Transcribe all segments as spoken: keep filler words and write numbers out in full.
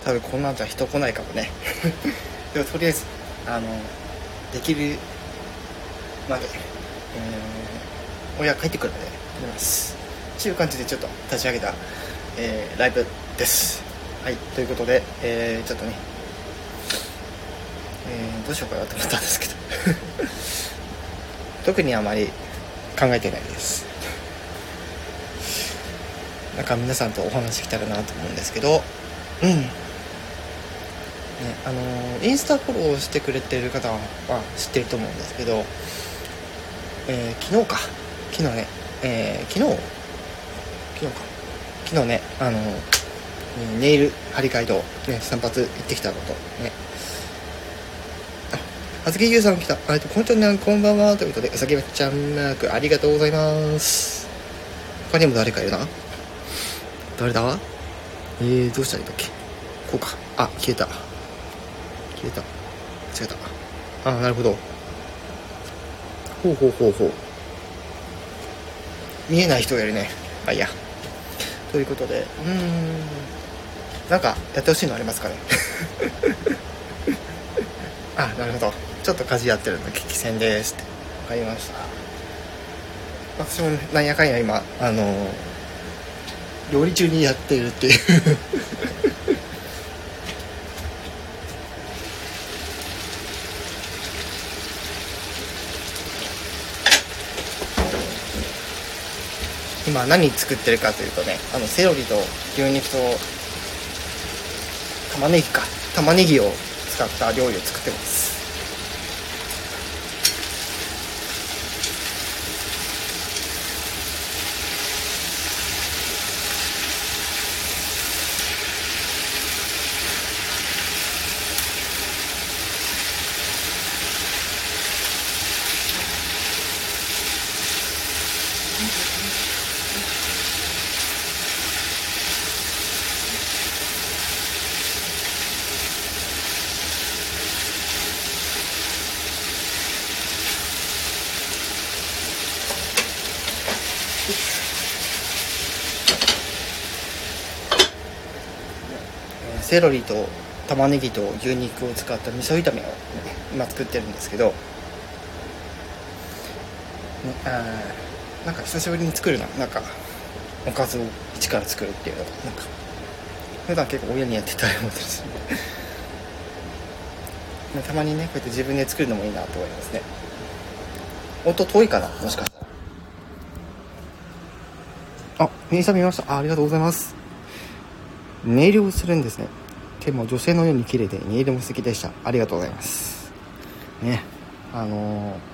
多分この後は人来ないかもねでもとりあえずあのできるまで、えー、親帰ってくるまで撮りますっていう感じでちょっと立ち上げた、えー、ライブです。はい、ということで、えー、ちょっとね、えー、どうしようかなと思ったんですけど特にあまり考えてないです。なんか皆さんとお話できたらなと思うんですけど、うんね、あのー、インスタフォローしてくれてる方は知ってると思うんですけど、えー、昨日か昨日ね、えー、昨日昨日か昨日ね、あのー、ネイル張り替えと、ね、散髪行ってきたのとね、あずきゆうさん来た、あ、こんちゃんね、こんばんはということで、うさぎちゃんマークありがとうございます。他にも誰かいるな、誰だ、えー、どうしたらいいんだっけ、こうか、あ、消えた消えた違った、あ、なるほど、ほうほうほうほう、見えない人がいるね。まあいいや、ということで、うーん、なんかやってほしいのありますかねあ、なるほど、ちょっと家事やってるの危機戦ですって、わかりました。私もなんやかんや今あのー、料理中にやってるっていう今何作ってるかというとね、あのセロリと牛肉と玉ねぎか玉ねぎを使った料理を作ってます。セロリと玉ねぎと牛肉を使った味噌炒めを、ね、今作ってるんですけど、ね、あなんか久しぶりに作るな、なんかおかずを一から作るっていうのがなんか普段結構親にやってたりもするのでたまにねこうやって自分で作るのもいいなと思いますね。音遠いかな、もしかしたら。あ、ミニさん見ました。 あ, ありがとうございます。ネイルをするんですね。手も女性のように綺麗でネイルも素敵でした。ありがとうございますね。あのー、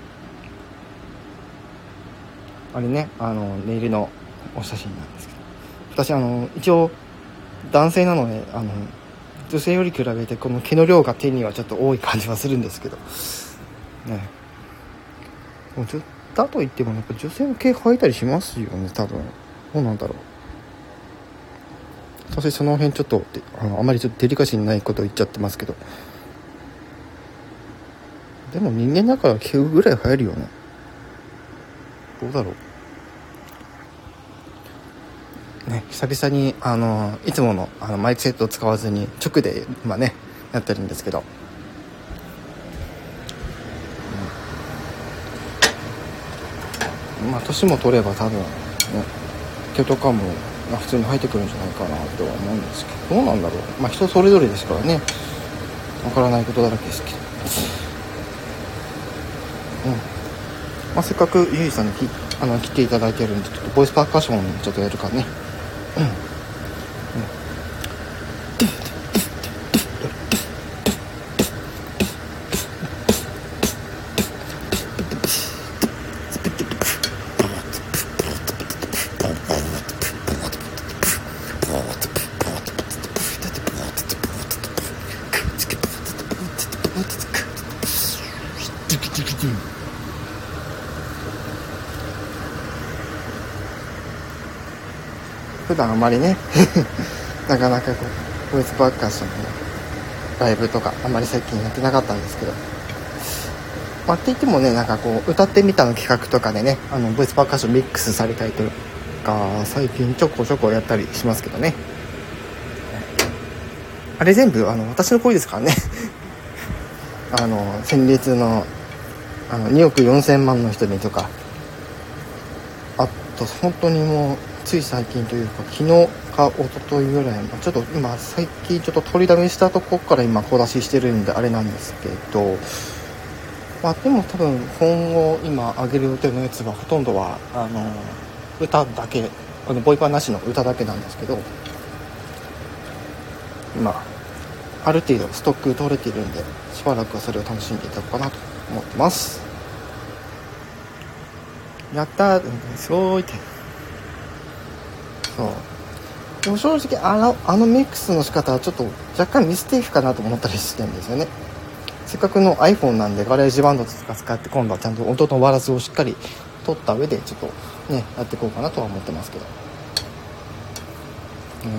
あれね、あのネイルのお写真なんですけど、私あの一応男性なのであの女性より比べてこの毛の量が手にはちょっと多い感じはするんですけどね。もうちょだと言ってもやっぱ女性の毛生えたりしますよね、多分。どうなんだろう。私その辺ちょっと あ, のあまりちょっとデリカシーにないことを言っちゃってますけど、でも人間だから毛ぐらい生えるよね。どうだろうね。久々にあのいつも の, あのマイクセットを使わずに直で今ねやってるんですけど、うん、まあ年も取れば多分ね毛とかも普通に生えてくるんじゃないかなとは思うんですけど、どうなんだろう。まあ人それぞれですからね、わからないことだらけですけど、うん、まあ、せっかくゆいさんにきあの来ていただいてるんで、ちょっとボイスパーカッションちょっとやるからね。うん、うん普段あまりねなかなかこうボイスパーカッションのライブとかあんまり最近やってなかったんですけど、まあ、って言ってもね、なんかこう歌ってみたの企画とかでね、あのボイスパーカッションミックスされたりとか最近ちょこちょこやったりしますけどね。 あれ全部あの私の声ですからねあの先月のあのにおくよんせんまんの人にとか、あと本当にもうつい最近というか昨日か一昨日ぐらい、ちょっと今最近ちょっと取りだめしたとこから今小出ししてるんであれなんですけど、まあでも多分今後今上げる予定のやつはほとんどはあの歌だけ、あのボイパなしの歌だけなんですけど、今ある程度ストック取れているんで、しばらくはそれを楽しんでいただこうかなと思ってます。やったー、すごいって。そうでも正直あのあのミックスの仕方はちょっと若干ミステイクかなと思ったりしてるんですよね。せっかくの iPhone なんでガレージバンドとか使って今度はちゃんと音のバランスをしっかり取った上でちょっとねやっていこうかなとは思ってますけど、うん、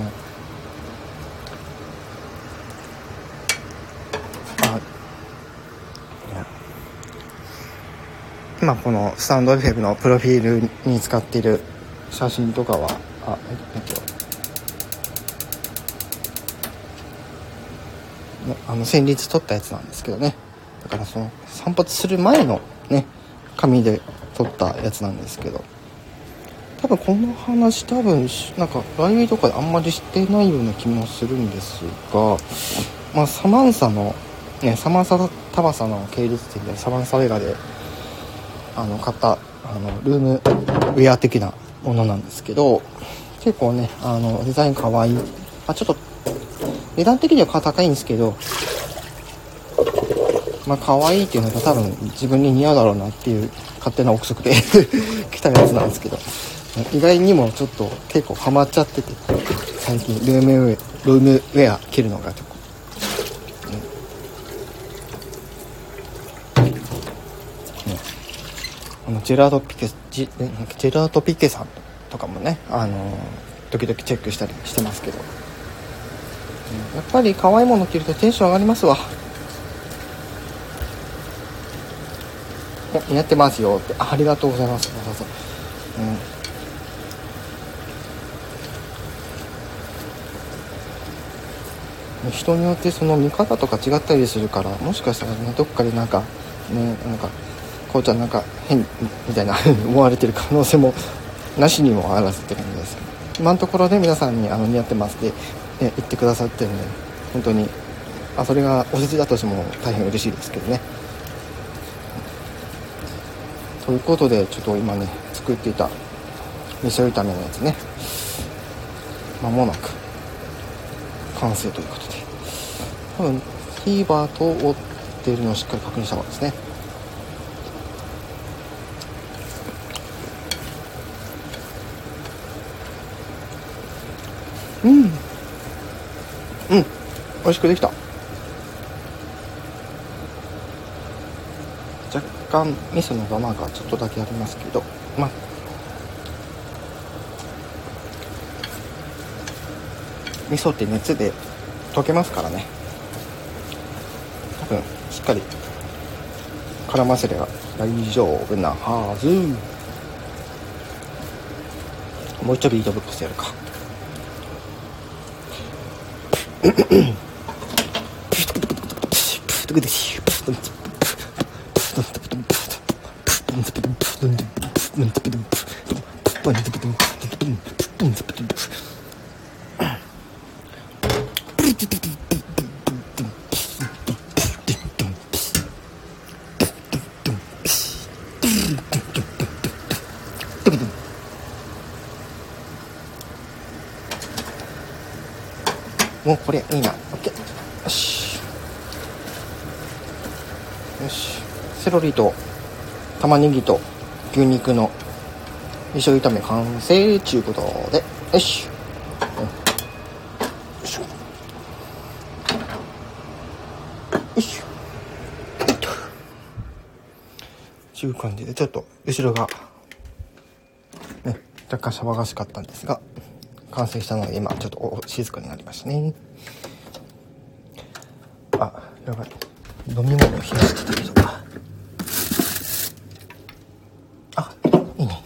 あいや今このスタンド エフエム のプロフィールに使っている写真とかはあえっとあの先日撮ったやつなんですけどね、だからその散髪する前のね紙で撮ったやつなんですけど、多分この話多分なんかライブとかであんまりしてないような気もするんですが、まあサマンサのねサマンサタバサの系列店でサマンサウェアであの買ったあのルームウェア的なものなんですけど、結構ねあのデザインかわいい、あちょっと値段的には高いんですけど、まあ可愛いっていうのが多分自分に似合うだろうなっていう勝手な憶測で来たやつなんですけど、意外にもちょっと結構ハマっちゃってて、最近ルームウェア、ルームウェア着るのが結構、うんね、あのジェラードピケジジェラードピケさんとかもねあの時々チェックしたりしてますけど、やっぱり可愛いもの着るとテンション上がりますわ。お、似合ってますよって、 あ, ありがとうございます。そうそう、うん、人によってその見方とか違ったりするから、もしかしたらねどっかでなんかねなんかこうちゃんなんか変みたいな思われてる可能性もなしにもあらずって感じですけど、今のところで、ね、皆さんにあの似合ってますって、ね、言ってくださってるので、本当にあそれがお世辞だとしても大変嬉しいですけどね。ということでちょっと今ね作っていた味噌炒めのやつね、間もなく完成ということで、多分火は通っているのをしっかり確認した方がですね。うんうん、美味しくできた。若干味噌のダマがちょっとだけありますけど、まあ味噌って熱で溶けますからね、多分しっかり絡ませれば大丈夫なはず。もう一度ビートボックスやるか。もうこれいいな。 OK、 よしよし、セロリと玉ねぎと牛肉の味噌炒め完成ということで、よし、うん、よいしょよいしょという感じで、ちょっと後ろがね若干騒がしかったんですが完成したので、今ちょっと静かになりましたね。あ、やばい、飲み物を冷やしてたけど、あ、いいね。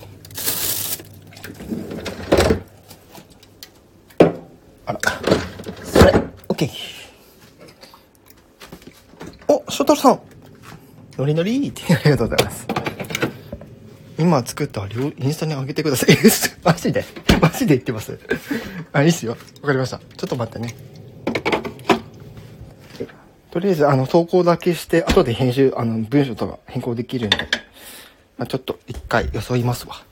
あら、それ OK。 翔太郎さん、ノリノリってありがとうございます。今作った料理インスタに上げてください。マジでマジで言ってます。あ、いいっすよ。わかりました。ちょっと待ってね。とりあえず、あの、投稿だけして、後で編集、あの、文章とか変更できるんで、まあ、ちょっと一回よそいますわ。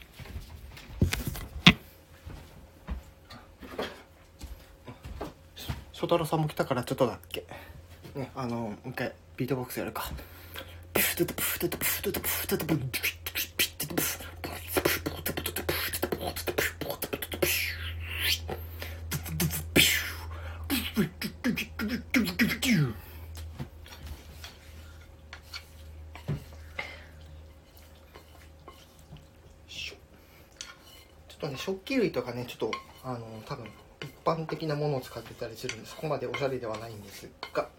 翔太郎さんも来たからちょっとだっけ。ね、あの、もう一回ビートボックスやるか。ちょっとね、食器類とかね、ちょっとあの多分一般的なものを使ってたりするんで、そこまでおしゃれではないんですが、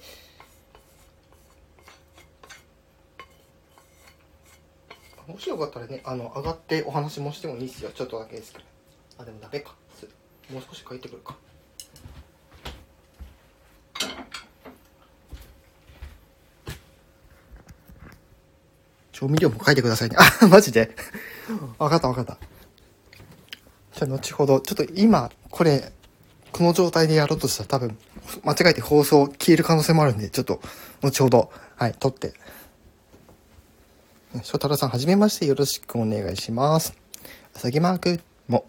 もしよかったらね、あの上がってお話もしてもいいですよ。ちょっとだけですけど。あ、でもダメか。もう少し帰ってくるか。調味料も書いてくださいね。あ、マジでわかったわかった。じゃあ後ほど、ちょっと今これこの状態でやろうとしたら多分間違えて放送消える可能性もあるんで、ちょっと後ほどはい撮って。翔太郎さんはじめまして、よろしくお願いします。うさぎマークも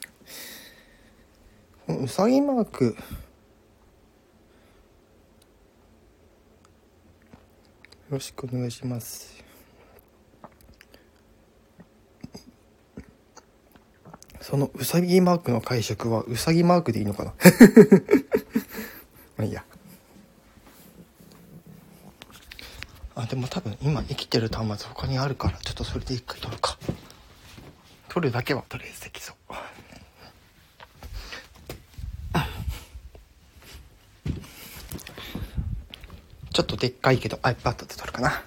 うさぎマークよろしくお願いします。そのうさぎマークの解釈はうさぎマークでいいのかな。まあいいや。あ、でも多分今生きてる端末他にあるから、ちょっとそれで一回撮るか。撮るだけはとりあえずできそう。ちょっとでっかいけど iPad で撮るかな。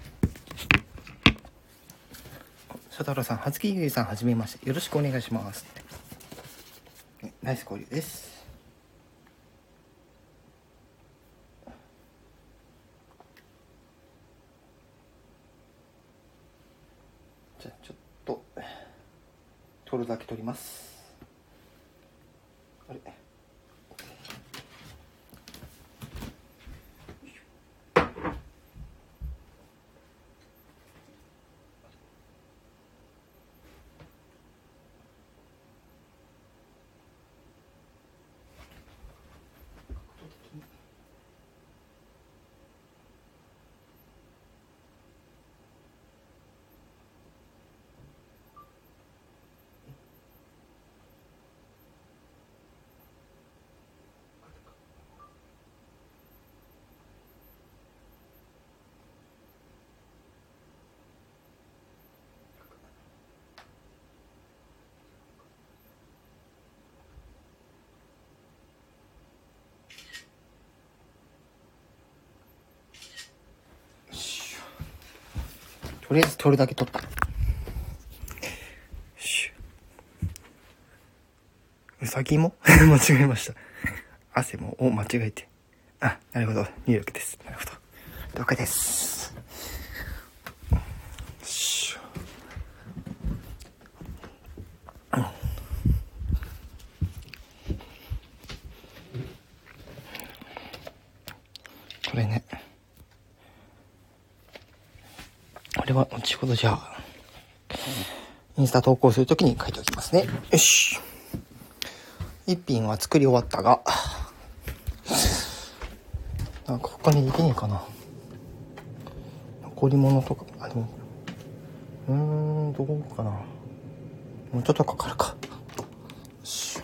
翔太郎さん、はずきゆいさん、はじめまして、よろしくお願いします。ナイス交流です。じゃあちょっと撮るだけ撮ります。あれ、とりあえず撮るだけ撮った。うさぎも間違えました。汗もを間違えて。あ、なるほど、入力です。なるほど、了解です。これね、これは後ほどじゃあインスタ投稿するときに書いておきますね。よし。一品は作り終わったが、なんか他にできねえかな。残り物とか、あ、でも、うーん、どうかな。もうちょっとかかるか。よし。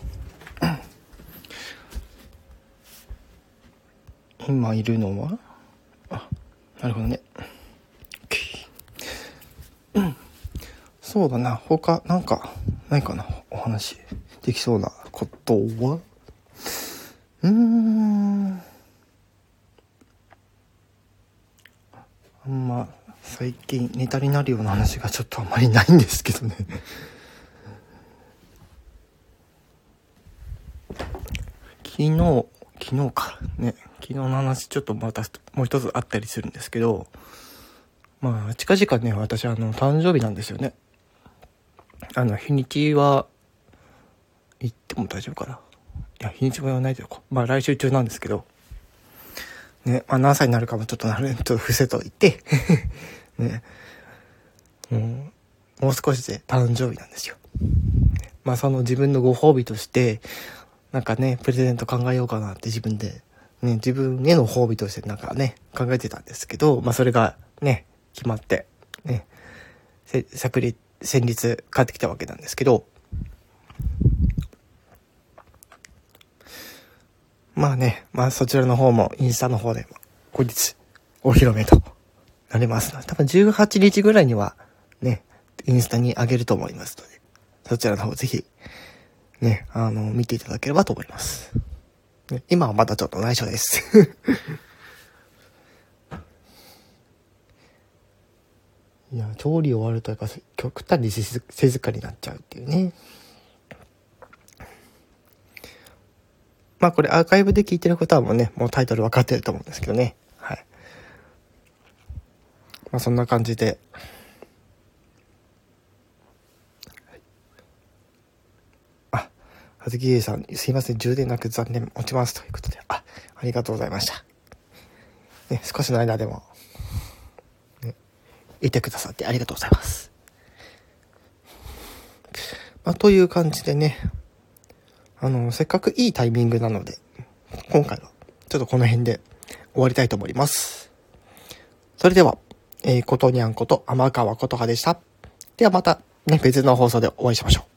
今いるのは、あ、なるほどね。うん。そうだな。他、なんか、ないかな。お話できそうなことは。うーん。あんま、最近ネタになるような話がちょっとあんまりないんですけどね。昨日、昨日か。ね。 昨日の話ちょっとまたもう一つあったりするんですけど、まあ近々ね、私あの誕生日なんですよね。あの日にちは言っても大丈夫かな。いや日にちも言わないでよこまあ来週中なんですけどね、まあ何歳になるかもちょっとなるちょっと伏せといてね、もうもう少しで誕生日なんですよ。まあその自分のご褒美としてなんかねプレゼント考えようかなって自分でね、自分への褒美としてなんかね考えてたんですけど、まあそれがね決まってね、せ昨日先日帰ってきたわけなんですけど、まあね、まあそちらの方もインスタの方でも後日お披露目となりますので、多分じゅうはちにちぐらいにはねインスタに上げると思いますので、そちらの方ぜひねあの見ていただければと思います。ね、今はまだちょっと内緒ですいや調理終わるとやっぱ極端に静かになっちゃうっていうね。まあこれアーカイブで聞いてる方はもうねもうタイトル分かってると思うんですけどね。はい。まあそんな感じで、あ、はずきえさんすいません充電なく残念落ちますということで、あ、ありがとうございました。ね、少しの間でも、ね、いてくださってありがとうございます。まあという感じでね、あのせっかくいいタイミングなので今回はちょっとこの辺で終わりたいと思います。それでは、えー、ことにゃんこと天川ことはでした。ではまたね別の放送でお会いしましょう。